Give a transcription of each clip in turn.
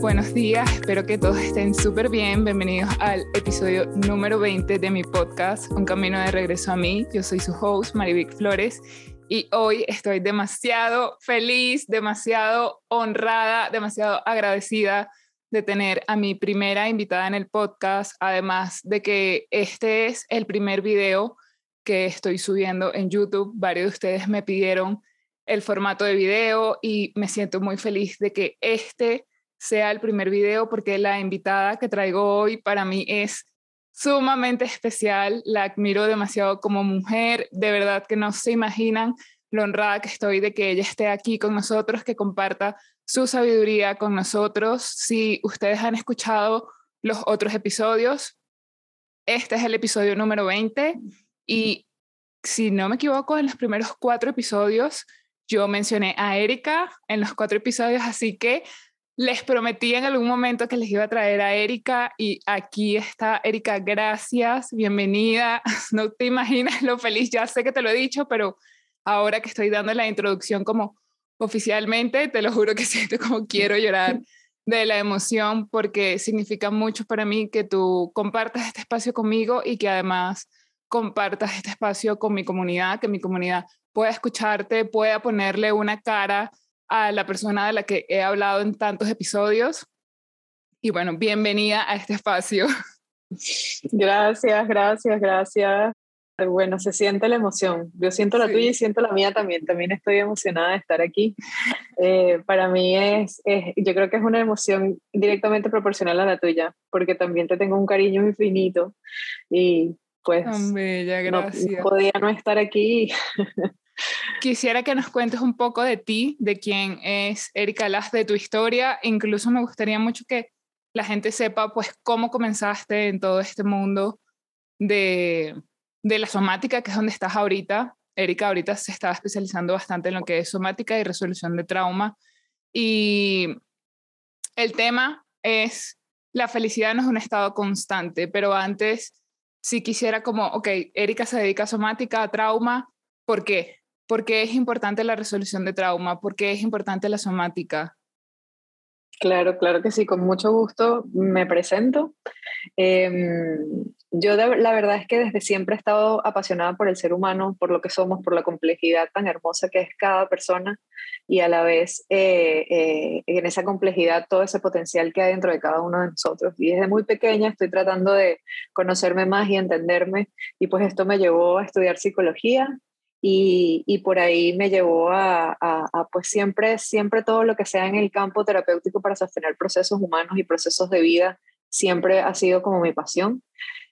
Buenos días, espero que todos estén súper bien. Bienvenidos al episodio número 20 de mi podcast, Un Camino de Regreso a Mí. Yo soy su host, Marivic Flores, y hoy estoy demasiado feliz, demasiado honrada, demasiado agradecida de tener a mi primera invitada en el podcast, además de que este es el primer video que estoy subiendo en YouTube. Varios de ustedes me pidieron el formato de video y me siento muy feliz de que este sea el primer video porque la invitada que traigo hoy para mí es sumamente especial. La admiro demasiado como mujer, de verdad que no se imaginan lo honrada que estoy de que ella esté aquí con nosotros, que comparta su sabiduría con nosotros. Si ustedes han escuchado los otros episodios, este es el episodio número 20 y si no me equivoco, en los primeros 4 episodios yo mencioné a Erika en los 4 episodios, así que les prometí en algún momento que les iba a traer a Erika y aquí está Erika. Gracias, bienvenida. No te imaginas lo feliz, ya sé que te lo he dicho, pero ahora que estoy dando la introducción como oficialmente, te lo juro que siento como quiero llorar de la emoción porque significa mucho para mí que tú compartas este espacio conmigo y que además compartas este espacio con mi comunidad, que mi comunidad pueda escucharte, pueda ponerle una cara a la persona de la que he hablado en tantos episodios. Y bueno, bienvenida a este espacio. Gracias. Bueno, se siente la emoción. Yo siento la tuya y siento la mía también. También estoy emocionada de estar aquí. Para mí yo creo que es una emoción directamente proporcional a la tuya, porque también te tengo un cariño infinito y pues Bella, gracias. No podía no estar aquí. Quisiera que nos cuentes un poco de ti, de quién es Erika Las, de tu historia. Incluso me gustaría mucho que la gente sepa pues cómo comenzaste en todo este mundo de la somática, que es donde estás ahorita. Erika ahorita se está especializando bastante en lo que es somática y resolución de trauma. Y el tema es la felicidad no es un estado constante, pero antes si quisiera como, ok, Erika se dedica a somática, a trauma, ¿por qué? ¿Por qué es importante la resolución de trauma? ¿Por qué es importante la somática? Claro que sí, con mucho gusto me presento. La verdad es que desde siempre he estado apasionada por el ser humano, por lo que somos, por la complejidad tan hermosa que es cada persona y a la vez en esa complejidad todo ese potencial que hay dentro de cada uno de nosotros. Y desde muy pequeña estoy tratando de conocerme más y entenderme y pues esto me llevó a estudiar psicología. Y por ahí me llevó a pues siempre todo lo que sea en el campo terapéutico para sostener procesos humanos y procesos de vida siempre ha sido como mi pasión.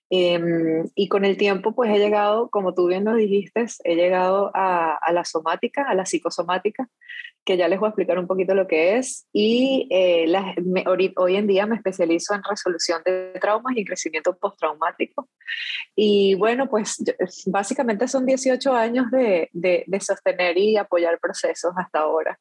Y con el tiempo pues he llegado, como tú bien lo dijiste, he llegado a la somática, a la psicosomática, que ya les voy a explicar un poquito lo que es. Y hoy en día me especializo en resolución de traumas y en crecimiento postraumático. Y bueno, pues básicamente son 18 años de sostener y apoyar procesos hasta ahora.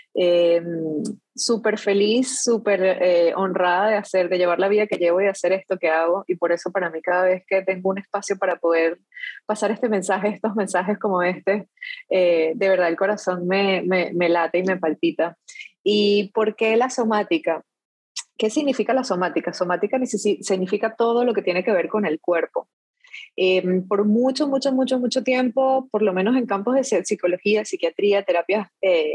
Súper feliz, súper honrada de llevar la vida que llevo y de hacer esto que hago. Y por eso para mí cada vez que tengo un espacio para poder pasar estos mensajes como de verdad el corazón me late y me palpita. ¿Y por qué la somática? ¿Qué significa la somática? Somática significa todo lo que tiene que ver con el cuerpo. Por mucho tiempo, por lo menos en campos de psicología, psiquiatría, terapias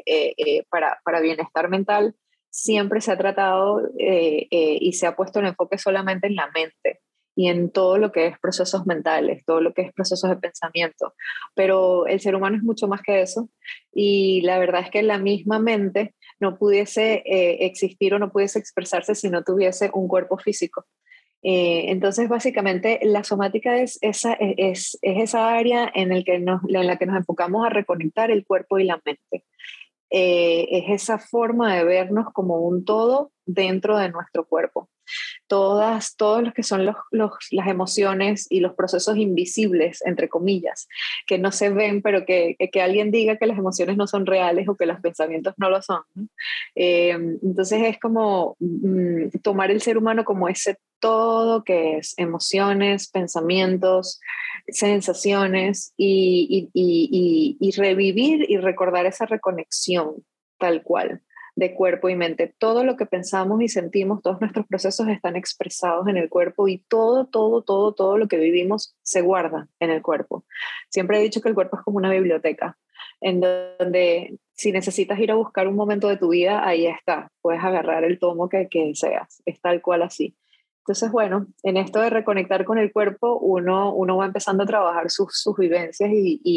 para bienestar mental, siempre se ha tratado y se ha puesto el enfoque solamente en la mente y en todo lo que es procesos mentales, todo lo que es procesos de pensamiento. Pero el ser humano es mucho más que eso y la verdad es que la misma mente no pudiese existir o no pudiese expresarse si no tuviese un cuerpo físico. Entonces, básicamente, la somática es esa área en la que nos enfocamos a reconectar el cuerpo y la mente. Es esa forma de vernos como un todo dentro de nuestro cuerpo. Todos los que son las emociones y los procesos invisibles, entre comillas, que no se ven, pero que alguien diga que las emociones no son reales o que los pensamientos no lo son, ¿no? Entonces es como tomar el ser humano como ese todo que es emociones, pensamientos, sensaciones y revivir y recordar esa reconexión tal cual de cuerpo y mente. Todo lo que pensamos y sentimos, todos nuestros procesos están expresados en el cuerpo y todo lo que vivimos se guarda en el cuerpo. Siempre he dicho que el cuerpo es como una biblioteca, en donde si necesitas ir a buscar un momento de tu vida, ahí está, puedes agarrar el tomo que deseas, es tal cual así. Entonces, bueno, en esto de reconectar con el cuerpo, uno va empezando a trabajar sus vivencias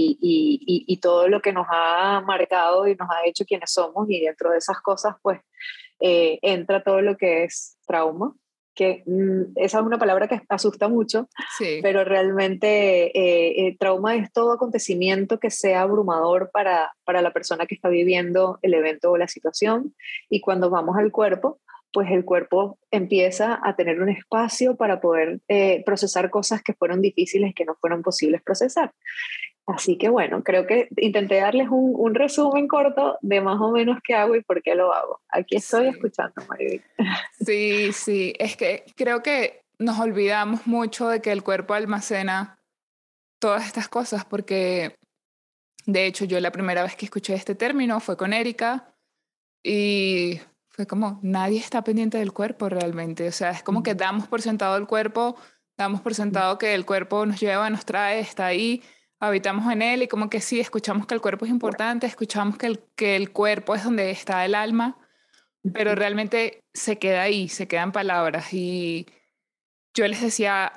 y todo lo que nos ha marcado y nos ha hecho quienes somos, y dentro de esas cosas, pues, entra todo lo que es trauma, que esa es una palabra que asusta mucho, Sí. pero realmente trauma es todo acontecimiento que sea abrumador para la persona que está viviendo el evento o la situación, y cuando vamos al cuerpo, pues el cuerpo empieza a tener un espacio para poder procesar cosas que fueron difíciles, que no fueron posibles procesar. Así que bueno, creo que intenté darles un resumen corto de más o menos qué hago y por qué lo hago. Aquí estoy Sí. escuchando, Mariby. Sí, sí, es que creo que nos olvidamos mucho de que el cuerpo almacena todas estas cosas, porque de hecho yo la primera vez que escuché este término fue con Erika y fue como, nadie está pendiente del cuerpo realmente, o sea, es como que damos por sentado el cuerpo, damos por sentado que el cuerpo nos lleva, nos trae, está ahí, habitamos en él y como que sí, escuchamos que el cuerpo es importante, escuchamos que el cuerpo es donde está el alma, pero realmente se queda ahí, se quedan palabras. Y yo les decía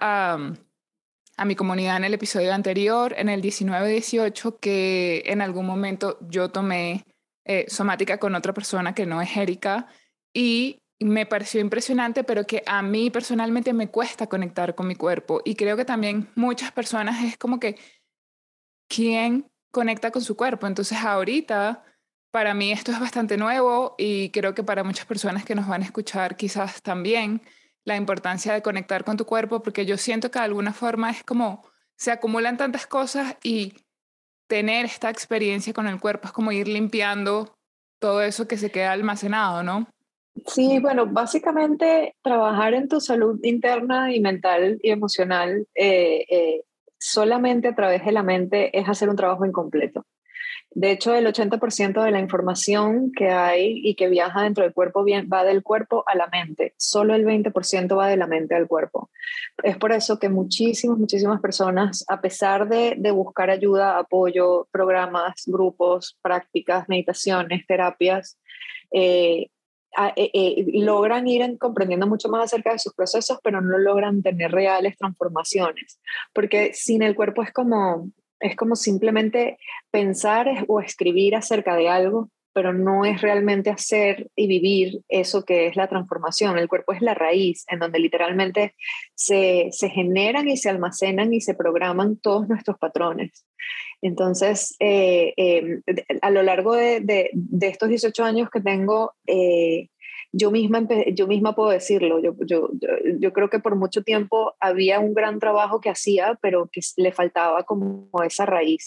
a mi comunidad en el episodio anterior, en el 19-18, que en algún momento yo tomé somática con otra persona que no es Erika y me pareció impresionante, pero que a mí personalmente me cuesta conectar con mi cuerpo. Y creo que también muchas personas es como que, ¿quién conecta con su cuerpo? Entonces ahorita, para mí esto es bastante nuevo y creo que para muchas personas que nos van a escuchar quizás también la importancia de conectar con tu cuerpo, porque yo siento que de alguna forma es como se acumulan tantas cosas y tener esta experiencia con el cuerpo es como ir limpiando todo eso que se queda almacenado, ¿no? Sí, bueno, básicamente trabajar en tu salud interna y mental y emocional solamente a través de la mente es hacer un trabajo incompleto. De hecho, el 80% de la información que hay y que viaja dentro del cuerpo va del cuerpo a la mente. Solo el 20% va de la mente al cuerpo. Es por eso que muchísimas personas, a pesar de buscar ayuda, apoyo, programas, grupos, prácticas, meditaciones, terapias, eh, logran ir comprendiendo mucho más acerca de sus procesos, pero no logran tener reales transformaciones. Porque sin el cuerpo es como simplemente pensar o escribir acerca de algo, pero no es realmente hacer y vivir eso que es la transformación. El cuerpo es la raíz, en donde literalmente se generan y se almacenan y se programan todos nuestros patrones. Entonces, a lo largo de estos 18 años que tengo, yo misma puedo decirlo, yo creo que por mucho tiempo había un gran trabajo que hacía, pero que le faltaba como esa raíz,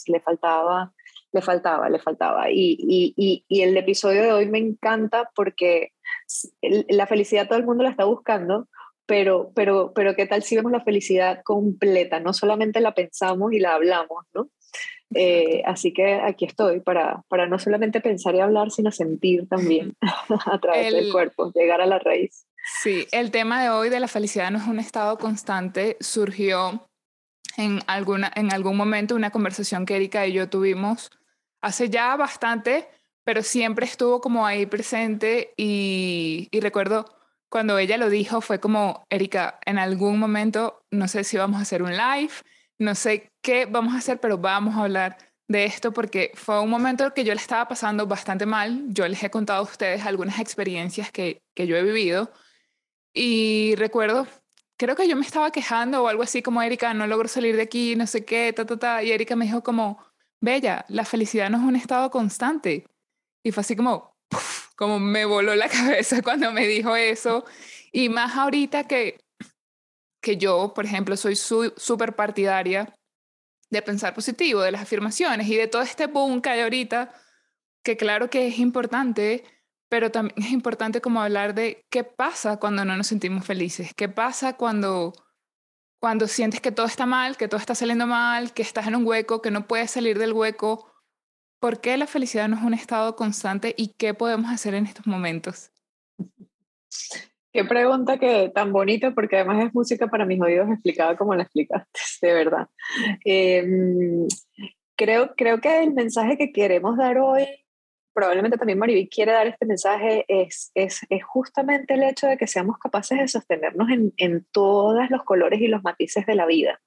le faltaba. Y el episodio de hoy me encanta porque la felicidad todo el mundo la está buscando, pero ¿qué tal si vemos la felicidad completa? No solamente la pensamos y la hablamos, ¿no? Exacto. Así que aquí estoy para no solamente pensar y hablar, sino sentir también a través del El, cuerpo, llegar a la raíz. sí, el tema de hoy de la felicidad no es un estado constante, surgió en algún momento una conversación que Erika y yo tuvimos hace ya bastante, pero siempre estuvo como ahí presente y recuerdo cuando ella lo dijo fue como, Erika, en algún momento, no sé si vamos a hacer un live, no sé qué vamos a hacer, pero vamos a hablar de esto porque fue un momento que yo le estaba pasando bastante mal. Yo les he contado a ustedes algunas experiencias que yo he vivido y recuerdo, creo que yo me estaba quejando o algo así como, Erika, no logro salir de aquí, no sé qué, ta, ta, ta. Y Erika me dijo como, Bella, la felicidad no es un estado constante. Y fue así como, ¡puf! Como me voló la cabeza cuando me dijo eso. Y más ahorita que yo, por ejemplo, soy súper partidaria de pensar positivo, de las afirmaciones y de todo este boom que hay ahorita, que claro que es importante, pero también es importante como hablar de qué pasa cuando no nos sentimos felices, qué pasa cuando sientes que todo está mal, que todo está saliendo mal, que estás en un hueco, que no puedes salir del hueco. ¿Por qué la felicidad no es un estado constante y qué podemos hacer en estos momentos? Qué pregunta que tan bonita, porque además es música para mis oídos explicada como la explicaste, de verdad. Eh, creo que el mensaje que queremos dar hoy, probablemente también Mariví quiere dar este mensaje, es justamente el hecho de que seamos capaces de sostenernos en todos los colores y los matices de la vida.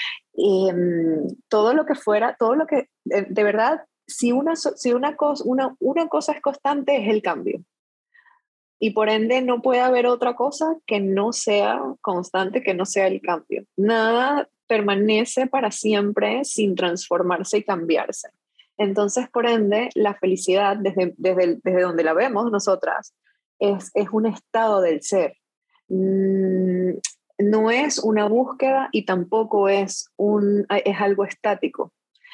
Todo lo que fuera, todo lo que, de verdad, si una cosa es constante, es el cambio. Y por ende no puede haber otra cosa que no sea constante, que no sea el cambio. Nada permanece para siempre sin transformarse y cambiarse. Entonces, por ende, la felicidad, desde donde la vemos nosotras, es un estado del ser. Mm, no es una búsqueda y tampoco es algo estático.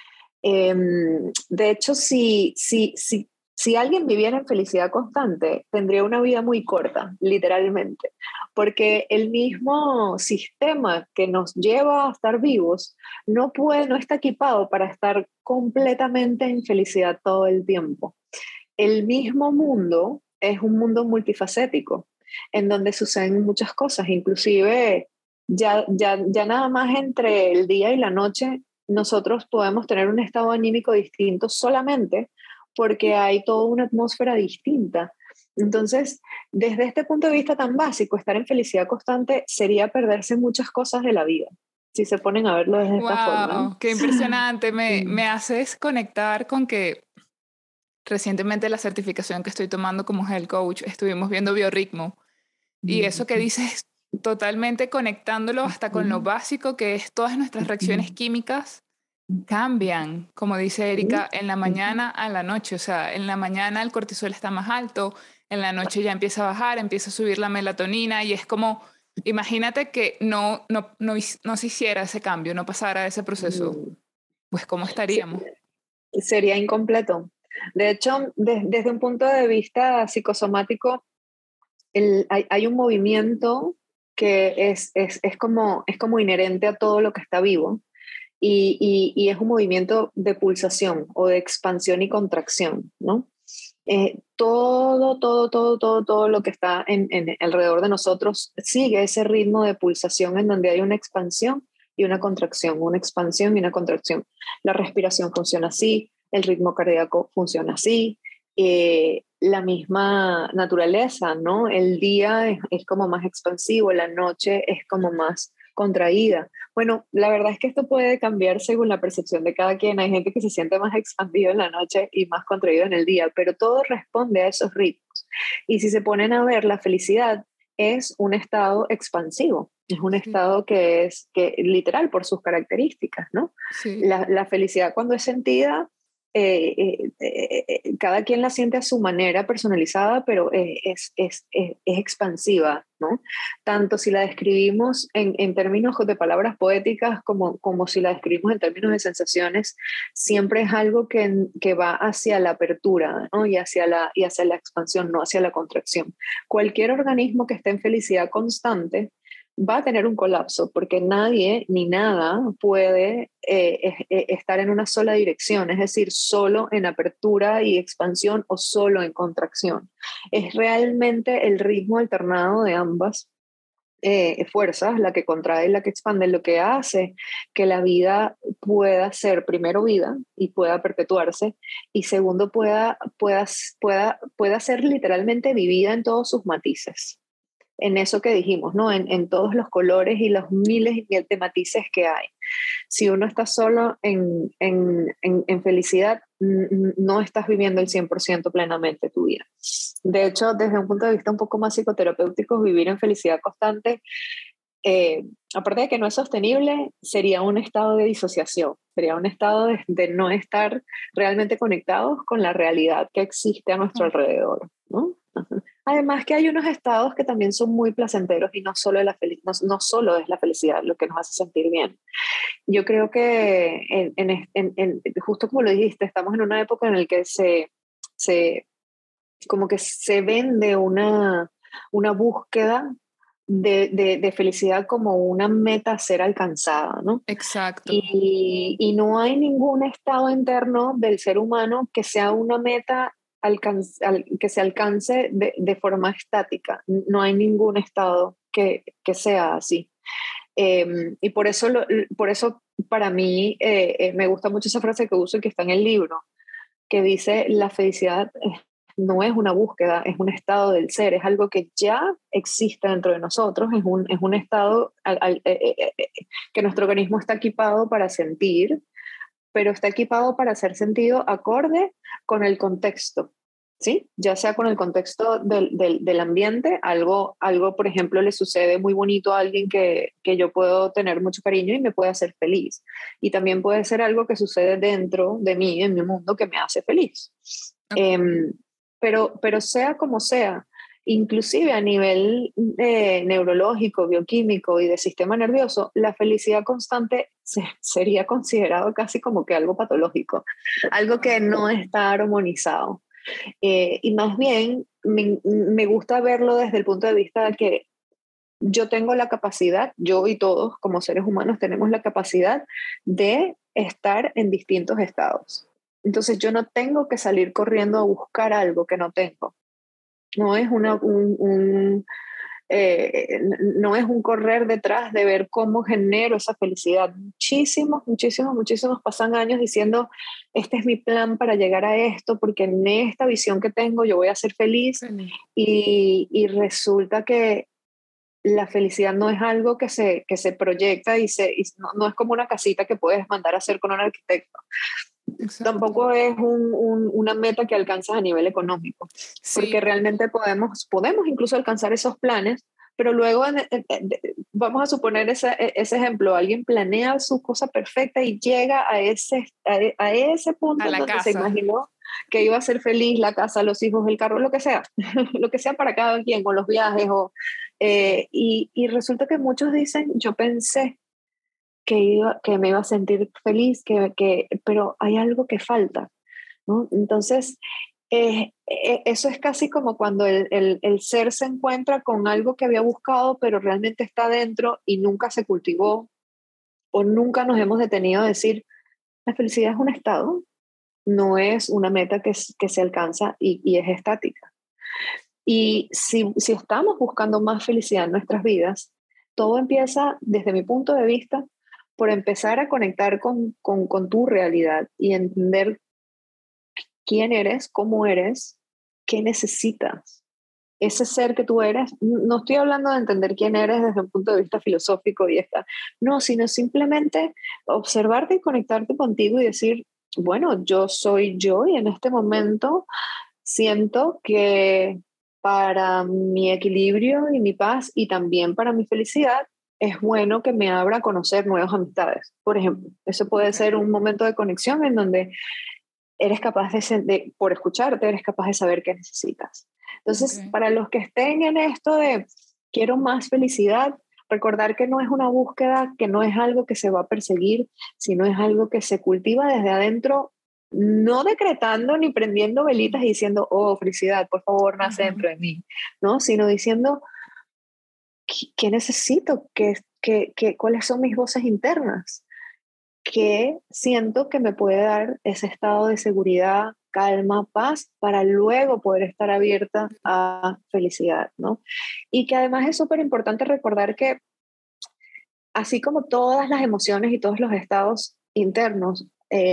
De hecho, si alguien viviera en felicidad constante, tendría una vida muy corta, literalmente, porque el mismo sistema que nos lleva a estar vivos no está equipado para estar completamente en felicidad todo el tiempo. El mismo mundo es un mundo multifacético, en donde suceden muchas cosas, inclusive ya nada más entre el día y la noche nosotros podemos tener un estado anímico distinto solamente porque hay toda una atmósfera distinta. Entonces, desde este punto de vista tan básico, estar en felicidad constante sería perderse muchas cosas de la vida, si se ponen a verlo desde esta forma, ¿no? ¡Wow! ¡Qué impresionante! Mm. Me haces conectar con que recientemente la certificación que estoy tomando como health coach, estuvimos viendo biorritmo. Y eso que dices, totalmente conectándolo hasta con lo básico que es todas nuestras reacciones químicas cambian, como dice Erika, en la mañana a la noche. O sea, en la mañana el cortisol está más alto, en la noche ya empieza a bajar, empieza a subir la melatonina y es como, imagínate que no se hiciera ese cambio, no pasara ese proceso. Pues ¿cómo estaríamos? Sería incompleto. De hecho, desde un punto de vista psicosomático, hay un movimiento que es como inherente a todo lo que está vivo y es un movimiento de pulsación o de expansión y contracción, ¿no? Todo lo que está alrededor de nosotros sigue ese ritmo de pulsación en donde hay una expansión y una expansión y una contracción. La respiración funciona así, el ritmo cardíaco funciona así, la misma naturaleza, ¿no? El día es como más expansivo, la noche es como más contraída. Bueno, la verdad es que esto puede cambiar según la percepción de cada quien. Hay gente que se siente más expandido en la noche y más contraído en el día, pero todo responde a esos ritmos. Y si se ponen a ver, la felicidad es un estado expansivo, es un Sí, estado que literal por sus características, ¿no? sí. La felicidad cuando es sentida, cada quien la siente a su manera personalizada, pero es expansiva, ¿no? Tanto si la describimos en términos de palabras poéticas como si la describimos en términos de sensaciones, siempre es algo que va hacia la apertura, ¿no? Y hacia la expansión, no hacia la contracción. Cualquier organismo que esté en felicidad constante va a tener un colapso porque nadie ni nada puede estar en una sola dirección, es decir, solo en apertura y expansión o solo en contracción. Es realmente el ritmo alternado de ambas fuerzas, la que contrae y la que expande, lo que hace que la vida pueda ser primero vida y pueda perpetuarse y segundo pueda ser literalmente vivida en todos sus matices, en eso que dijimos, ¿no? En todos los colores y los miles y miles de matices que hay. Si uno está solo en felicidad, no estás viviendo el 100% plenamente tu vida. De hecho, desde un punto de vista un poco más psicoterapéutico, vivir en felicidad constante, aparte de que no es sostenible, sería un estado de disociación, sería un estado de no estar realmente conectados con la realidad que existe a nuestro alrededor, ¿no? Además que hay unos estados que también son muy placenteros y no solo es la felicidad lo que nos hace sentir bien. Yo creo que justo como lo dijiste, estamos en una época en la que se como que se vende una búsqueda de felicidad como una meta a ser alcanzada, ¿no? Exacto. Y no hay ningún estado interno del ser humano que sea una meta que se alcance de forma estática. No hay ningún estado que sea así. Y por eso para mí me gusta mucho esa frase que uso y que está en el libro, que dice: la felicidad no es una búsqueda, es un estado del ser, es algo que ya existe dentro de nosotros, es un estado que nuestro organismo está equipado para sentir, pero está equipado para ser sentido acorde con el contexto, ¿sí? Ya sea con el contexto del ambiente, algo, por ejemplo, le sucede muy bonito a alguien que yo puedo tener mucho cariño y me puede hacer feliz. Y también puede ser algo que sucede dentro de mí, en mi mundo, que me hace feliz. Okay. Pero sea como sea, inclusive a nivel neurológico, bioquímico y de sistema nervioso, la felicidad constante sería considerado casi como que algo patológico, algo que no está armonizado. Y más bien me gusta verlo desde el punto de vista de que yo tengo la capacidad, yo y todos como seres humanos tenemos la capacidad de estar en distintos estados. Entonces yo no tengo que salir corriendo a buscar algo que no tengo. No es no es un correr detrás de ver cómo genero esa felicidad. Muchísimos pasan años diciendo: este es mi plan para llegar a esto, porque en esta visión que tengo yo voy a ser feliz. Y resulta que la felicidad no es algo que se proyecta no es como una casita que puedes mandar a hacer con un arquitecto. Exacto. Tampoco es una meta que alcanzas a nivel económico, Sí. porque realmente podemos incluso alcanzar esos planes, pero luego vamos a suponer ese ejemplo: alguien planea su cosa perfecta y llega a ese punto A en la donde se casa. imaginó que iba a ser feliz, la casa, los hijos, el carro, lo que sea, lo que sea para cada quien, con los viajes, y resulta que muchos dicen: yo pensé que me iba a sentir feliz, pero hay algo que falta, ¿no? Entonces, eso es casi como cuando el ser se encuentra con algo que había buscado, pero realmente está dentro y nunca se cultivó, o nunca nos hemos detenido a decir: la felicidad es un estado, no es una meta que se alcanza y es estática. Y si estamos buscando más felicidad en nuestras vidas, todo empieza, desde mi punto de vista, por empezar a conectar con tu realidad y entender quién eres, cómo eres, qué necesitas. Ese ser que tú eres, no estoy hablando de entender quién eres desde un punto de vista filosófico y está, no, sino simplemente observarte y conectarte contigo y decir: bueno, yo soy yo y en este momento siento que para mi equilibrio y mi paz y también para mi felicidad es bueno que me abra a conocer nuevas amistades. Por ejemplo, eso puede ser un momento de conexión en donde eres capaz por escucharte, eres capaz de saber qué necesitas. Entonces, para los que estén en esto de quiero más felicidad, recordar que no es una búsqueda, que no es algo que se va a perseguir, sino es algo que se cultiva desde adentro, no decretando ni prendiendo velitas y diciendo: oh, felicidad, por favor, nace dentro de mí, ¿no? Sino diciendo: ¿qué necesito? ¿Cuáles son mis voces internas? ¿Qué siento que me puede dar ese estado de seguridad, calma, paz, para luego poder estar abierta a felicidad, ¿no? Y que además es súper importante recordar que, así como todas las emociones y todos los estados internos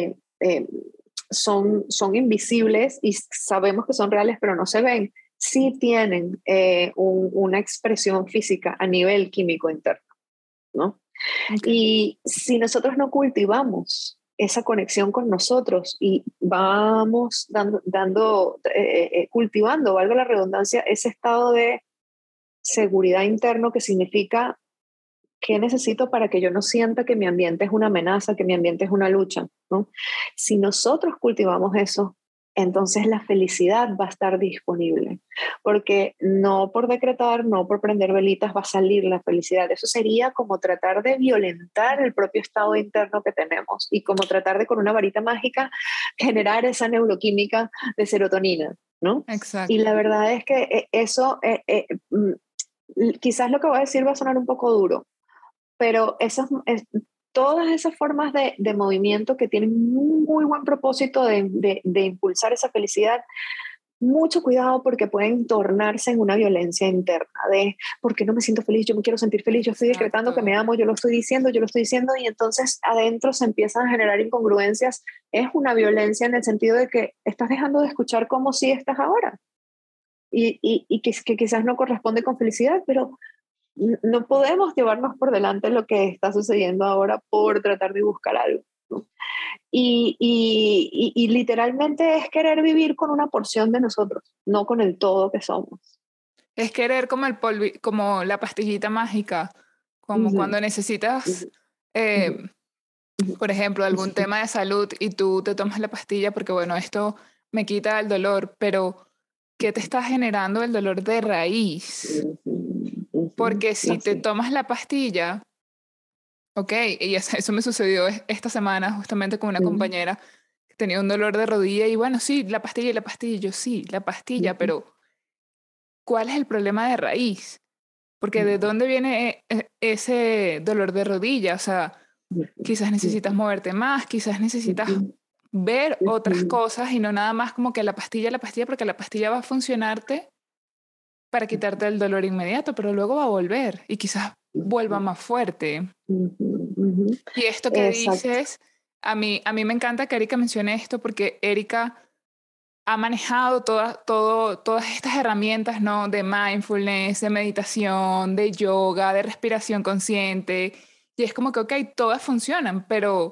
son invisibles y sabemos que son reales, pero no se ven, sí tienen una expresión física a nivel químico interno, ¿no? Y si nosotros no cultivamos esa conexión con nosotros y vamos cultivando, valga la redundancia, ese estado de seguridad interno, que significa: ¿qué necesito para que yo no sienta que mi ambiente es una amenaza, que mi ambiente es una lucha, ¿no? Si nosotros cultivamos eso, entonces la felicidad va a estar disponible, porque no por decretar, no por prender velitas va a salir la felicidad. Eso sería como tratar de violentar el propio estado interno que tenemos y como tratar de, con una varita mágica, generar esa neuroquímica de serotonina, ¿no? Exacto. Y la verdad es que eso quizás lo que voy a decir va a sonar un poco duro, pero todas esas formas de movimiento que tienen un muy buen propósito de impulsar esa felicidad, mucho cuidado porque pueden tornarse en una violencia interna de ¿por qué no me siento feliz? Yo me quiero sentir feliz, yo estoy decretando que me amo, yo lo estoy diciendo y entonces adentro se empiezan a generar incongruencias. Es una violencia en el sentido de que estás dejando de escuchar cómo sí estás ahora y que quizás no corresponde con felicidad, pero no podemos llevarnos por delante lo que está sucediendo ahora por tratar de buscar algo, ¿no? Y literalmente es querer vivir con una porción de nosotros, no con el todo que somos. Es querer como el como la pastillita mágica, como Ujú, cuando necesitas, ujú, eh, ujú, por ejemplo, algún tema de salud y tú te tomas la pastilla porque, bueno, esto me quita el dolor, pero ¿qué te está generando el dolor de raíz? ujú, ujú, Porque si te así. tomas la pastilla, ok, y eso me sucedió esta semana justamente con una Ujú, compañera que tenía un dolor de rodilla y bueno, sí, la pastilla, y yo sí, la pastilla, ujú, pero ¿cuál es el problema de raíz? Porque ¿de ujú, dónde viene ese dolor de rodilla? O sea, quizás necesitas ujú, moverte más, quizás necesitas ujú, ver otras ujú, cosas y no nada más como que la pastilla, porque la pastilla va a funcionarte para quitarte el dolor inmediato, pero luego va a volver y quizás vuelva ujú, más fuerte. ujú, ujú. Y esto que Exacto. dices, a mí me encanta que Erika mencione esto porque Erika ha manejado todas estas herramientas, ¿no? De mindfulness, de meditación, de yoga, de respiración consciente. Y es como que, ok, todas funcionan,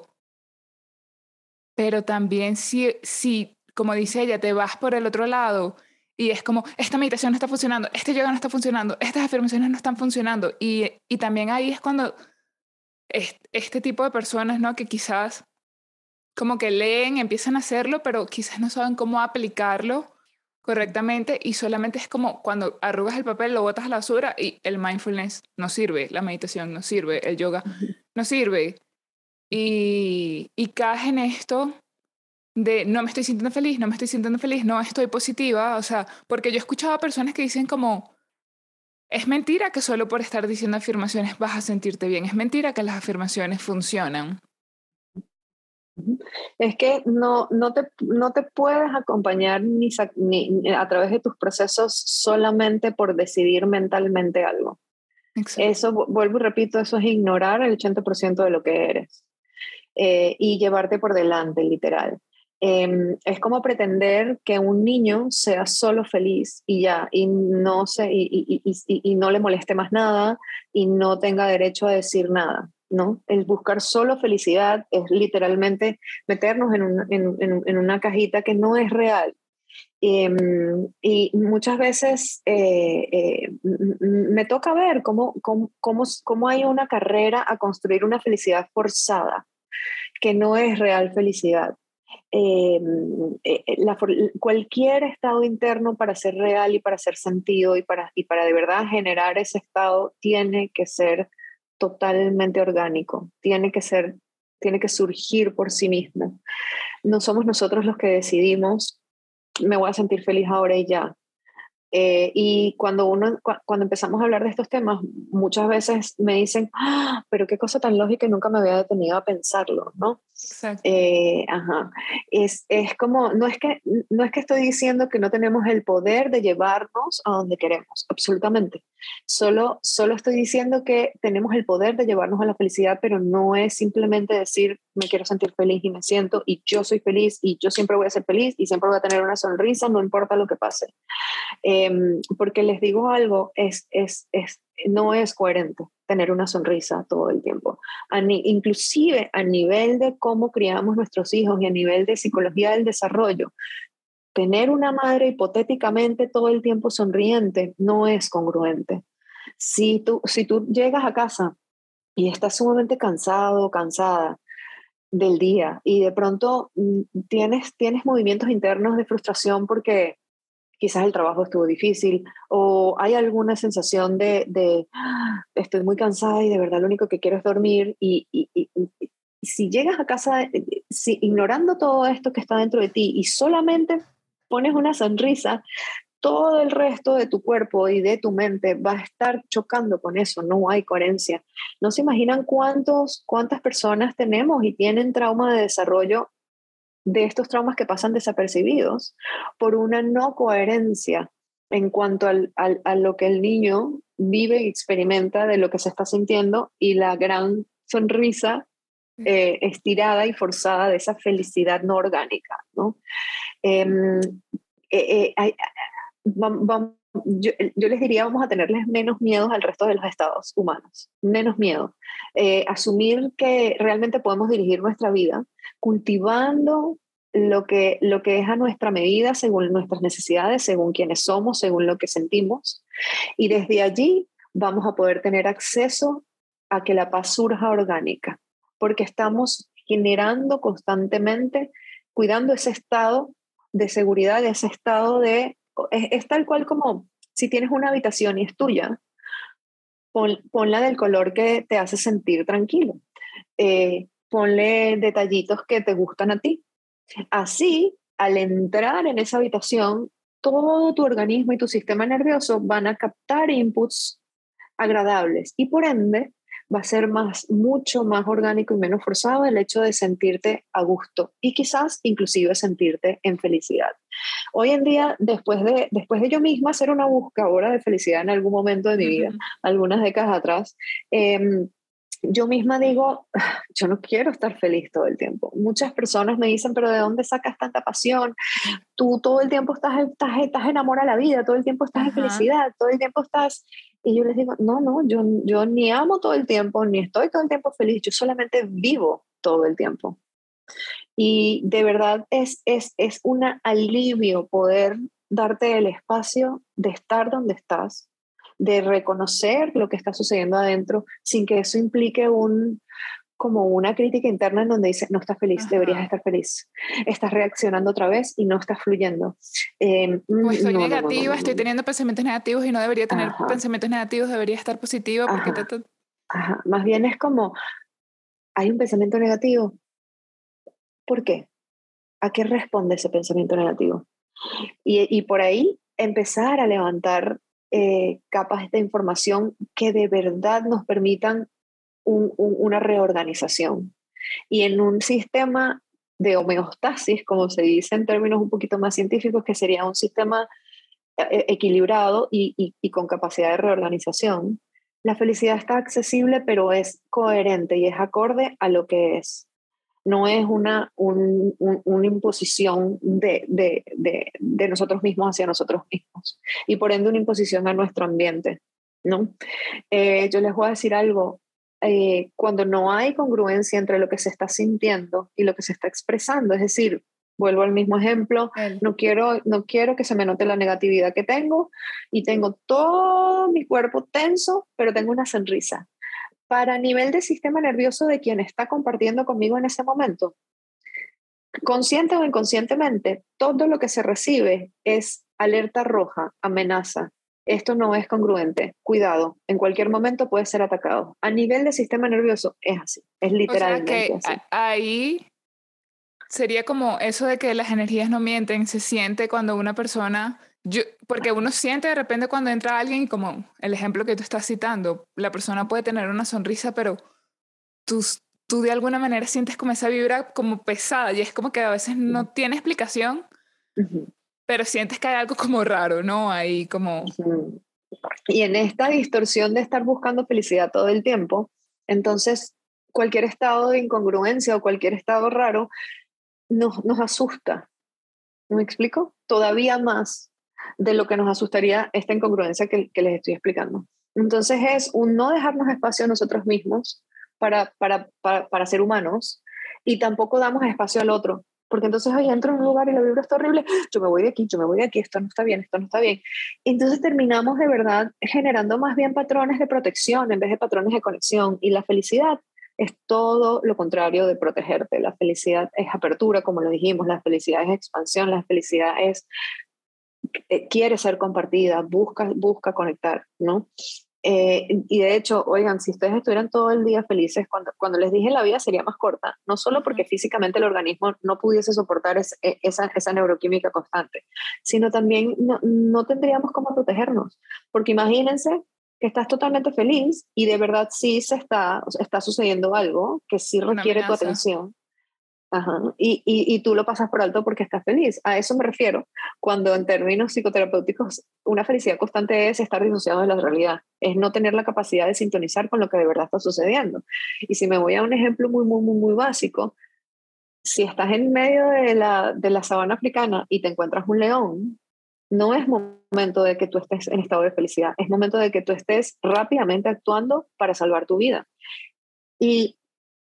pero también si, como dice ella, te vas por el otro lado y es como, esta meditación no está funcionando, este yoga no está funcionando, estas afirmaciones no están funcionando. Y también ahí es cuando este tipo de personas, ¿no? Que quizás como que leen, empiezan a hacerlo, pero quizás no saben cómo aplicarlo correctamente y solamente es como cuando arrugas el papel, lo botas a la basura y el mindfulness no sirve, la meditación no sirve, el yoga no sirve. Y caes en esto de no me estoy sintiendo feliz, no me estoy sintiendo feliz, no estoy positiva, o sea, porque yo he escuchado a personas que dicen como, es mentira que solo por estar diciendo afirmaciones vas a sentirte bien, es mentira que las afirmaciones funcionan. Ujú. Es que no te puedes acompañar ni a través de tus procesos solamente por decidir mentalmente algo. Exacto. Eso, vuelvo y repito, eso es ignorar el 80% de lo que eres y llevarte por delante, literal. Es como pretender que un niño sea solo feliz y ya, y no le moleste más nada y no tenga derecho a decir nada, ¿no? El buscar solo felicidad es literalmente meternos en una cajita que no es real. Y muchas veces me toca ver cómo hay una carrera a construir una felicidad forzada, que no es real felicidad. Eh, Cualquier estado interno para ser real y para hacer sentido y para de verdad generar ese estado tiene que ser totalmente orgánico, tiene que surgir por sí mismo. No somos nosotros los que decidimos, me voy a sentir feliz ahora y ya. Y cuando empezamos a hablar de estos temas, muchas veces me dicen, ah, pero qué cosa tan lógica y nunca me había detenido a pensarlo, ¿no? Exacto. Ajá. Es como, no es que estoy diciendo que no tenemos el poder de llevarnos a donde queremos, absolutamente. Solo estoy diciendo que tenemos el poder de llevarnos a la felicidad, pero no es simplemente decir, me quiero sentir feliz y me siento y yo soy feliz y yo siempre voy a ser feliz y siempre voy a tener una sonrisa, no importa lo que pase. Porque les digo algo, no es coherente tener una sonrisa todo el tiempo. Inclusive a nivel de cómo criamos nuestros hijos y a nivel de psicología del desarrollo, tener una madre hipotéticamente todo el tiempo sonriente no es congruente. Si tú llegas a casa y estás sumamente cansado o cansada del día y de pronto tienes movimientos internos de frustración porque quizás el trabajo estuvo difícil o hay alguna sensación de estoy muy cansada y de verdad lo único que quiero es dormir y si llegas a casa ignorando todo esto que está dentro de ti y solamente pones una sonrisa, todo el resto de tu cuerpo y de tu mente va a estar chocando con eso, no hay coherencia. No se imaginan cuántas personas tenemos y tienen trauma de desarrollo, de estos traumas que pasan desapercibidos por una no coherencia en cuanto a lo que el niño vive y experimenta de lo que se está sintiendo y la gran sonrisa estirada y forzada de esa felicidad no orgánica, ¿no? Em, hay, yo les diría, vamos a tenerles menos miedos al resto de los estados humanos, menos miedo. Asumir que realmente podemos dirigir nuestra vida cultivando lo que es a nuestra medida, según nuestras necesidades, según quienes somos, según lo que sentimos. Y desde allí vamos a poder tener acceso a que la paz surja orgánica, porque estamos generando constantemente, cuidando ese estado de seguridad, ese estado de es tal cual como si tienes una habitación y es tuya, ponla del color que te hace sentir tranquilo. Ponle detallitos que te gustan a ti. Así, al entrar en esa habitación, todo tu organismo y tu sistema nervioso van a captar inputs agradables y por ende va a ser mucho más orgánico y menos forzado el hecho de sentirte a gusto y quizás inclusive sentirte en felicidad. Hoy en día, después de yo misma ser una buscadora de felicidad en algún momento de mi vida, algunas décadas atrás, yo misma digo, yo no quiero estar feliz todo el tiempo. Muchas personas me dicen, pero ¿de dónde sacas tanta pasión? Tú todo el tiempo estás enamorada de la vida, todo el tiempo estás en felicidad, todo el tiempo estás... Y yo les digo, no, yo ni amo todo el tiempo, ni estoy todo el tiempo feliz, yo solamente vivo todo el tiempo. Y de verdad es un alivio poder darte el espacio de estar donde estás, de reconocer lo que está sucediendo adentro, sin que eso implique como una crítica interna en donde dices, no estás feliz, deberías estar feliz. Estás reaccionando otra vez y no estás fluyendo. O estoy negativa, estoy teniendo pensamientos negativos y no debería tener pensamientos negativos, debería estar positiva. Porque Más bien es como, hay un pensamiento negativo. ¿Por qué? ¿A qué responde ese pensamiento negativo? Y por ahí empezar a levantar capas de información que de verdad nos permitan una reorganización. Y en un sistema de homeostasis, como se dice en términos un poquito más científicos, que sería un sistema equilibrado y con capacidad de reorganización, la felicidad está accesible, pero es coherente y es acorde a lo que es. No es una imposición de nosotros mismos hacia nosotros mismos y por ende una imposición a nuestro ambiente, ¿no? Yo les voy a decir algo, cuando no hay congruencia entre lo que se está sintiendo y lo que se está expresando, es decir, vuelvo al mismo ejemplo, no quiero que se me note la negatividad que tengo y tengo todo mi cuerpo tenso, pero tengo una sonrisa. Para nivel de sistema nervioso de quien está compartiendo conmigo en ese momento, consciente o inconscientemente, todo lo que se recibe es alerta roja, amenaza. Esto no es congruente. Cuidado, en cualquier momento puede ser atacado. A nivel de sistema nervioso es así, es literalmente o sea, que así. ahí sería como eso de que las energías no mienten, se siente cuando una persona, porque uno siente de repente cuando entra alguien, como el ejemplo que tú estás citando, la persona puede tener una sonrisa, pero tú, tú de alguna manera sientes como esa vibra como pesada y es como que a veces no tiene explicación, pero sientes que hay algo como raro, ¿no? Ahí como... Y en esta distorsión de estar buscando felicidad todo el tiempo, entonces cualquier estado de incongruencia o cualquier estado raro nos asusta. ¿Me explico? Todavía más de lo que nos asustaría esta incongruencia que les estoy explicando. Entonces es un no dejarnos espacio a nosotros mismos para ser humanos y tampoco damos espacio al otro. Porque entonces ahí entro en un lugar y la vibra está horrible, yo me voy de aquí, esto no está bien, esto no está bien. Entonces terminamos de verdad generando más bien patrones de protección en vez de patrones de conexión. Y la felicidad es todo lo contrario de protegerte. La felicidad es apertura, como lo dijimos, la felicidad es expansión, la felicidad es quiere ser compartida, busca conectar, ¿no? Y de hecho, oigan, si ustedes estuvieran todo el día felices, cuando les dije la vida sería más corta, no solo porque físicamente el organismo no pudiese soportar esa neuroquímica constante, sino también no tendríamos cómo protegernos. Porque imagínense que estás totalmente feliz y de verdad sí o sea, está sucediendo algo que sí Una requiere tu amenaza. atención. Ajá. Y tú lo pasas por alto porque estás feliz. A eso me refiero cuando en términos psicoterapéuticos una felicidad constante es estar disociado de la realidad, es no tener la capacidad de sintonizar con lo que de verdad está sucediendo. Y si me voy a un ejemplo muy básico, si estás en medio de la sabana africana y te encuentras un león, no es momento de que tú estés en estado de felicidad, es momento de que tú estés rápidamente actuando para salvar tu vida. Y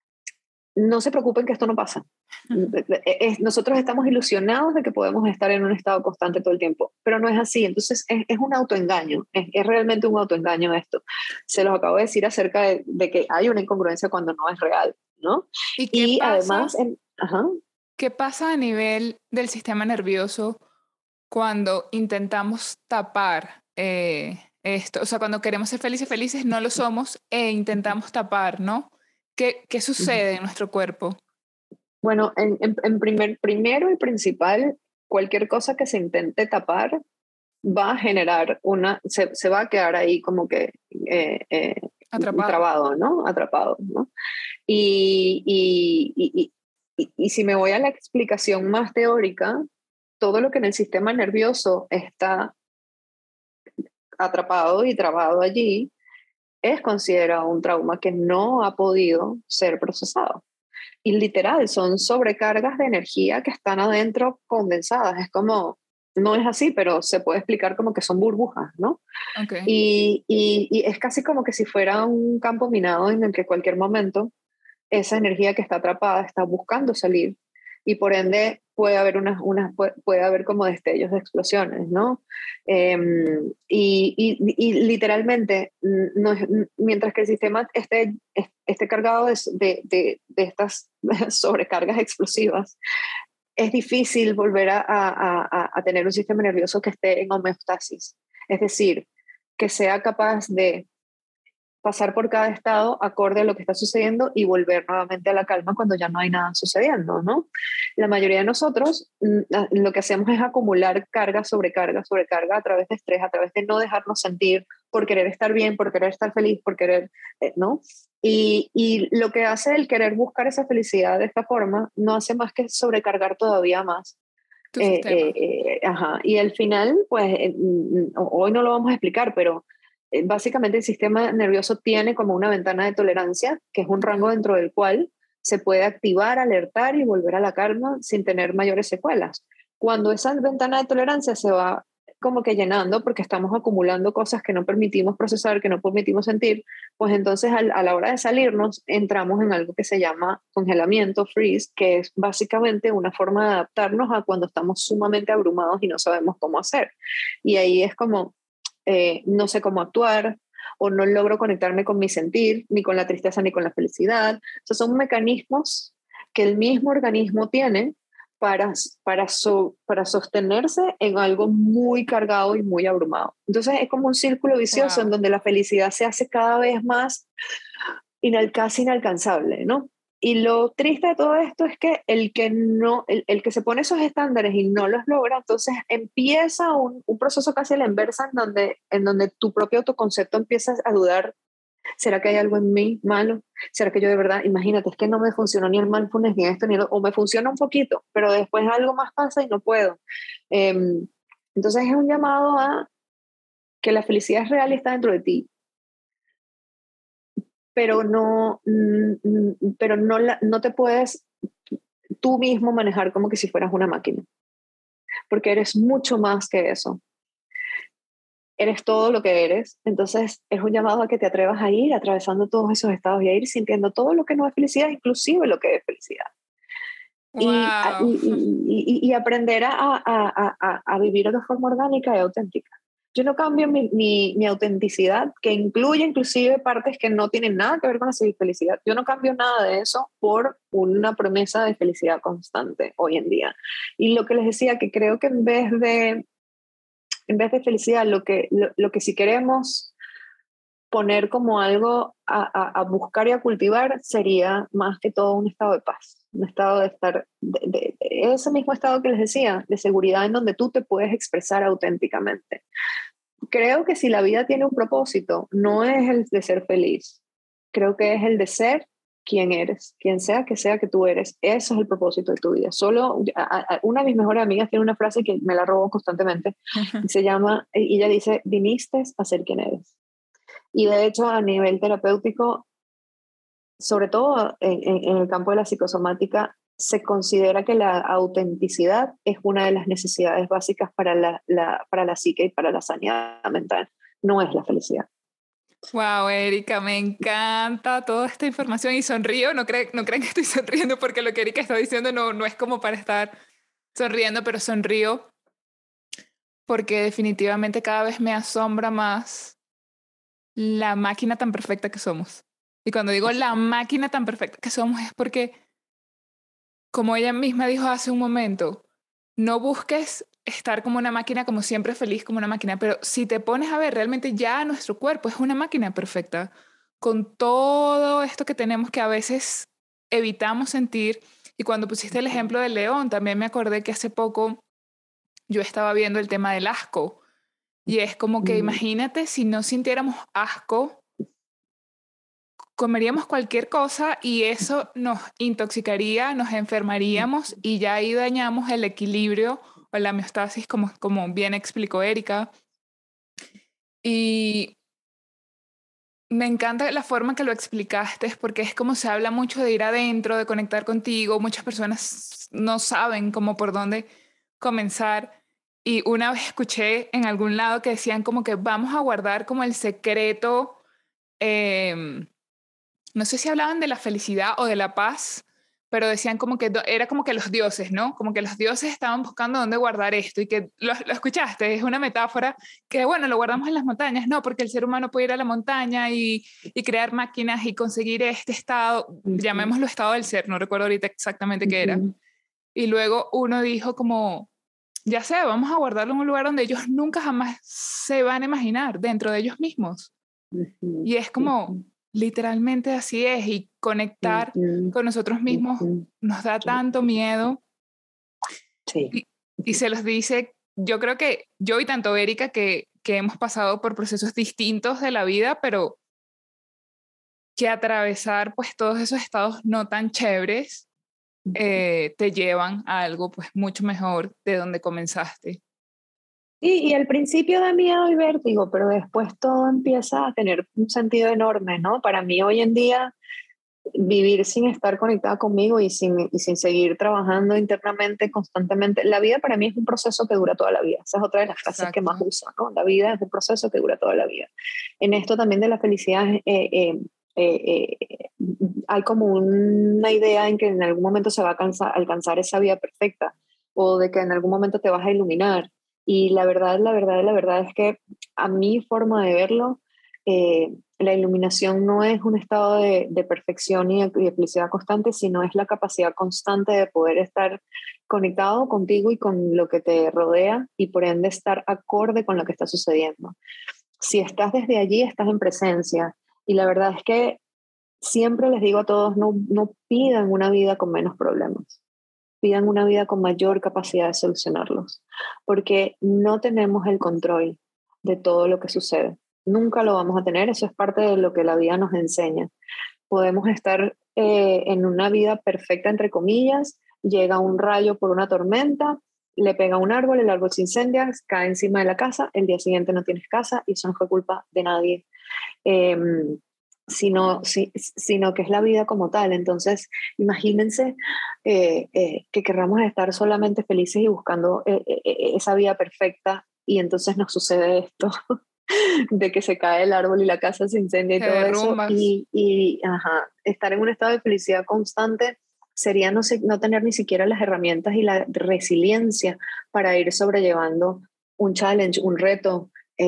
no se preocupen que esto no pasa. Nosotros estamos ilusionados de que podemos estar en un estado constante todo el tiempo, pero no es así. Entonces es un autoengaño, es realmente un autoengaño esto. Se los acabo de decir acerca de que hay una incongruencia cuando no es real, ¿no? ¿Y Y además, ajá. qué pasa a nivel del sistema nervioso cuando intentamos tapar esto? O sea, cuando queremos ser felices, no lo somos e intentamos tapar, ¿no? ¿Qué sucede en nuestro cuerpo? Bueno, primero y principal, cualquier cosa que se intente tapar va a generar se va a quedar ahí como que Atrapado. trabado, ¿no? Atrapado, ¿no? Y, y, y, y si me voy a la explicación más teórica, todo lo que en el sistema nervioso está atrapado y trabado allí es considerado un trauma que no ha podido ser procesado. Y literal, son sobrecargas de energía que están adentro condensadas. Es como, no es así, pero se puede explicar como que son burbujas, ¿no? Ok. Y es casi como que si fuera un campo minado en el que cualquier momento esa energía que está atrapada está buscando salir y por ende puede haber puede haber como destellos de explosiones, ¿no? Y literalmente, mientras que el sistema esté cargado de estas sobrecargas explosivas, es difícil volver a tener un sistema nervioso que esté en homeostasis, es decir, que sea capaz de pasar por cada estado acorde a lo que está sucediendo y volver nuevamente a la calma cuando ya no hay nada sucediendo, ¿no? La mayoría de nosotros lo que hacemos es acumular carga sobre carga sobre carga a través de estrés, a través de no dejarnos sentir por querer estar bien, por querer estar feliz, por querer, ¿no? Y lo que hace el querer buscar esa felicidad de esta forma no hace más que sobrecargar todavía más. Tu sistema. Ajá. Y al final, pues hoy no lo vamos a explicar, pero básicamente el sistema nervioso tiene como una ventana de tolerancia, que es un rango Ok. dentro del cual se puede activar, alertar y volver a la calma sin tener mayores secuelas. Cuando esa ventana de tolerancia se va como que llenando porque estamos acumulando cosas que no permitimos procesar, que no permitimos sentir, pues entonces a la hora de salirnos entramos en algo que se llama congelamiento, freeze, que es básicamente una forma de adaptarnos a cuando estamos sumamente abrumados y no sabemos cómo hacer. Y ahí es como, no sé cómo actuar o no logro conectarme con mi sentir, ni con la tristeza, ni con la felicidad. O sea, son mecanismos que el mismo organismo tiene para sostenerse en algo muy cargado y muy abrumado. Entonces es como un círculo vicioso en Wow. donde la felicidad se hace cada vez más casi inalcanzable, ¿no? Y lo triste de todo esto es que el que no, el que se pone esos estándares y no los logra, entonces empieza un proceso casi a la inversa en donde tu propio autoconcepto empiezas a dudar, ¿será que hay algo en mí malo? ¿Será que yo de verdad, imagínate, es que no me funcionó ni el mindfulness ni esto, o me funciona un poquito, pero después algo más pasa y no puedo? Entonces es un llamado a que la felicidad es real y está dentro de ti, pero no te puedes tú mismo manejar como que si fueras una máquina, porque eres mucho más que eso. Eres todo lo que eres, entonces es un llamado a que te atrevas a ir atravesando todos esos estados y a ir sintiendo todo lo que no es felicidad, inclusive lo que es felicidad. Wow. Y aprender a vivir de forma orgánica y auténtica. Yo no cambio mi autenticidad, que incluye inclusive partes que no tienen nada que ver con la felicidad. Yo no cambio nada de eso por una promesa de felicidad constante hoy en día. Y lo que les decía, que creo que en vez de felicidad, lo que si queremos poner como algo a buscar y a cultivar sería más que todo un estado de paz, un estado de estar, ese mismo estado que les decía, de seguridad en donde tú te puedes expresar auténticamente. Creo que si la vida tiene un propósito, no es el de ser feliz, creo que es el de ser quien eres, quien sea que tú eres. Eso es el propósito de tu vida. Solo una de mis mejores amigas tiene una frase que me la robo constantemente y se llama, y ella dice, viniste a ser quien eres. Y de hecho, a nivel terapéutico, sobre todo en el campo de la psicosomática, se considera que la autenticidad es una de las necesidades básicas para la psique y para la sanidad mental. No es la felicidad. Wow, Erika, me encanta toda esta información y sonrío. No crean que estoy sonriendo porque lo que Erika está diciendo no es como para estar sonriendo, pero sonrío porque definitivamente cada vez me asombra más la máquina tan perfecta que somos. Y cuando digo la máquina tan perfecta que somos es porque, como ella misma dijo hace un momento, no busques estar como una máquina, como siempre feliz como una máquina, pero si te pones a ver, realmente ya nuestro cuerpo es una máquina perfecta, con todo esto que tenemos que a veces evitamos sentir. Y cuando pusiste el ejemplo del león, también me acordé que hace poco yo estaba viendo el tema del asco. Y es como que imagínate si no sintiéramos asco, comeríamos cualquier cosa y eso nos intoxicaría, nos enfermaríamos y ya ahí dañamos el equilibrio o la homeostasis, como bien explicó Erika. Y me encanta la forma que lo explicaste porque es como se habla mucho de ir adentro, de conectar contigo. Muchas personas no saben cómo por dónde comenzar. Y una vez escuché en algún lado que decían como que vamos a guardar como el secreto. No sé si hablaban de la felicidad o de la paz, pero decían como que era como que los dioses, ¿no? Como que los dioses estaban buscando dónde guardar esto y que lo escuchaste, es una metáfora que, bueno, lo guardamos en las montañas, no, porque el ser humano puede ir a la montaña y crear máquinas y conseguir este estado, llamémoslo estado del ser, no recuerdo ahorita exactamente qué era. Y luego uno dijo como, ya sé, vamos a guardarlo en un lugar donde ellos nunca jamás se van a imaginar, dentro de ellos mismos. Y es como, literalmente así es, y conectar con nosotros mismos nos da tanto miedo. Sí. Y se los dice, yo creo que yo y tanto Erika, que hemos pasado por procesos distintos de la vida, pero que atravesar pues todos esos estados no tan chéveres te llevan a algo pues mucho mejor de donde comenzaste. Y al principio da miedo y vértigo, pero después todo empieza a tener un sentido enorme, ¿no? Para mí hoy en día vivir sin estar conectada conmigo y sin seguir trabajando internamente constantemente. La vida para mí es un proceso que dura toda la vida. Esa es otra de las frases que más Exacto. uso, ¿no? La vida es un proceso que dura toda la vida. En esto también de la felicidad, hay como una idea en que en algún momento se va a alcanzar esa vida perfecta o de que en algún momento te vas a iluminar. Y la verdad es que a mi forma de verlo, la iluminación no es un estado de perfección y de felicidad constante, sino es la capacidad constante de poder estar conectado contigo y con lo que te rodea y por ende estar acorde con lo que está sucediendo. Si estás desde allí, estás en presencia. Y la verdad es que siempre les digo a todos, no pidan una vida con menos problemas, pidan una vida con mayor capacidad de solucionarlos, porque no tenemos el control de todo lo que sucede. Nunca lo vamos a tener, eso es parte de lo que la vida nos enseña. Podemos estar en una vida perfecta, entre comillas, llega un rayo por una tormenta, le pega a un árbol, el árbol se incendia, cae encima de la casa, el día siguiente no tienes casa y eso no fue culpa de nadie. Eh, sino que es la vida como tal. Entonces, imagínense que querramos estar solamente felices y buscando esa vida perfecta y entonces nos sucede esto de que se cae el árbol y la casa se incendia y Te todo eso derrumbas. ajá, estar en un estado de felicidad constante sería no tener ni siquiera las herramientas y la resiliencia para ir sobrellevando un challenge, un reto.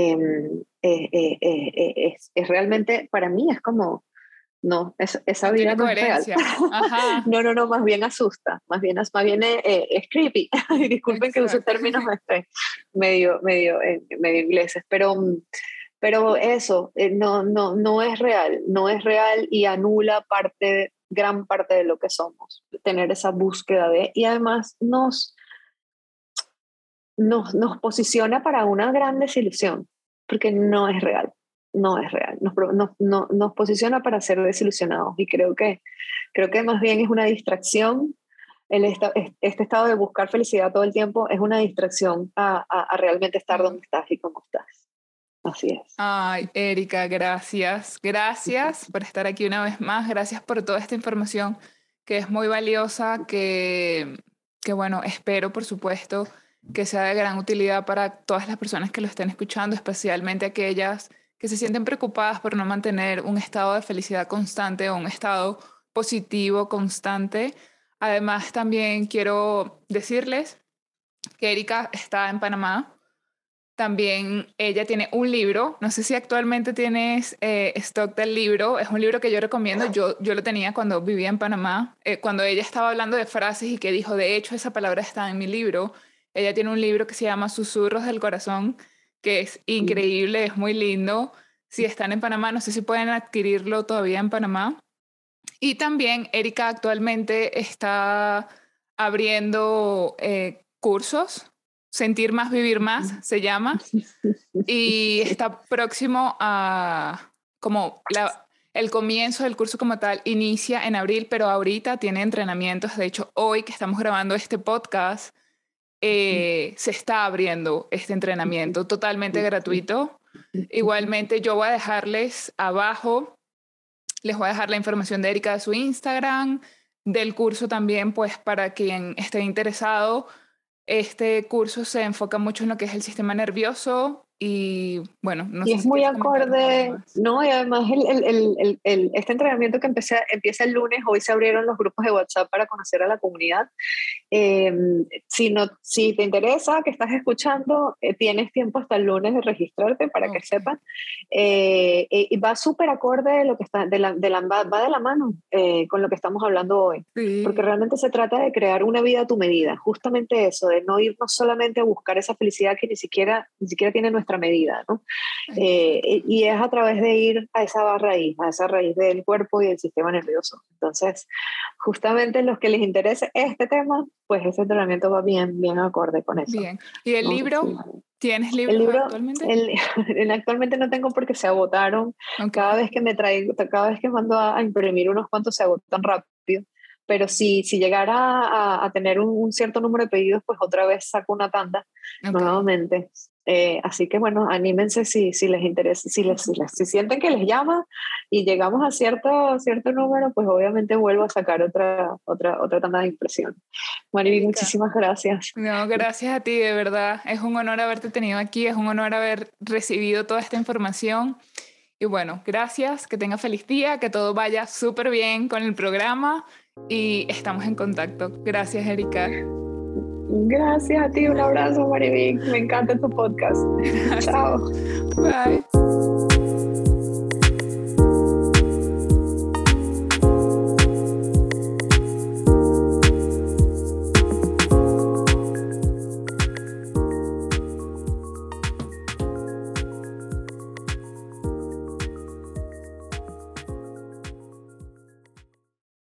Es realmente, para mí es como, no, esa No vida tiene no es real. coherencia. Ajá, No, más bien asusta, más bien es creepy. Disculpen que use exacto. términos medio ingleses, pero eso no es real, no es real y anula gran parte de lo que somos, tener esa búsqueda y además nos posiciona para una gran desilusión, porque no es real, no es real, nos posiciona para ser desilusionados y creo que más bien es una distracción. Este estado de buscar felicidad todo el tiempo es una distracción a realmente estar donde estás y cómo estás. Así es. Ay, Erika, gracias. Gracias por estar aquí una vez más. Gracias por toda esta información que es muy valiosa, que bueno, espero, por supuesto, que sea de gran utilidad para todas las personas que lo estén escuchando, especialmente aquellas que se sienten preocupadas por no mantener un estado de felicidad constante o un estado positivo constante. Además, también quiero decirles que Erika está en Panamá. También ella tiene un libro, no sé si actualmente tienes stock del libro, es un libro que yo recomiendo, yo lo tenía cuando vivía en Panamá, cuando ella estaba hablando de frases y que dijo, de hecho esa palabra está en mi libro, ella tiene un libro que se llama Susurros del Corazón, que es increíble, es muy lindo. Si están en Panamá, no sé si pueden adquirirlo todavía en Panamá. Y también Erika actualmente está abriendo cursos. Sentir más, vivir más, se llama. Y está próximo a el comienzo del curso como tal. Inicia en abril, pero ahorita tiene entrenamientos. De hecho, hoy que estamos grabando este podcast, se está abriendo este entrenamiento totalmente gratuito. Igualmente, yo voy a dejarles abajo, les voy a dejar la información de Erika de su Instagram, del curso también, pues para quien esté interesado. Este curso se enfoca mucho en lo que es el sistema nervioso y bueno, no Y sé es si muy quieres comentarnos algo acorde, más. ¿no? Y además este entrenamiento que empieza el lunes, hoy se abrieron los grupos de WhatsApp para conocer a la comunidad. Si te interesa, que estás escuchando, tienes tiempo hasta el lunes de registrarte para que sepan. Y va súper acorde de lo que está, va de la mano con lo que estamos hablando hoy. Sí. Porque realmente se trata de crear una vida a tu medida. Justamente eso, de no irnos solamente a buscar esa felicidad que ni siquiera tiene nuestra medida, ¿no? Y es a través de ir a esa raíz del cuerpo y del sistema nervioso. Entonces, justamente los que les interese este tema, pues ese entrenamiento va bien acorde con eso. Bien. ¿Y el ¿no? libro? Sí. ¿Tienes libros El libro, actualmente? actualmente no tengo porque se agotaron. Okay. Cada vez que mando a imprimir unos cuantos se agotan rápido. Pero si llegara a tener un cierto número de pedidos, pues otra vez saco una tanda nuevamente. Así que bueno, anímense si les interesa, si sienten que les llama y llegamos a cierto número, pues obviamente vuelvo a sacar otra tanda de impresión. Mariby, muchísimas gracias. No, gracias a ti, de verdad. Es un honor haberte tenido aquí, es un honor haber recibido toda esta información. Y bueno, gracias, que tenga feliz día, que todo vaya súper bien con el programa y estamos en contacto. Gracias, Erika. Gracias a ti, un abrazo, Mariby. Me encanta tu podcast. Chao. Bye.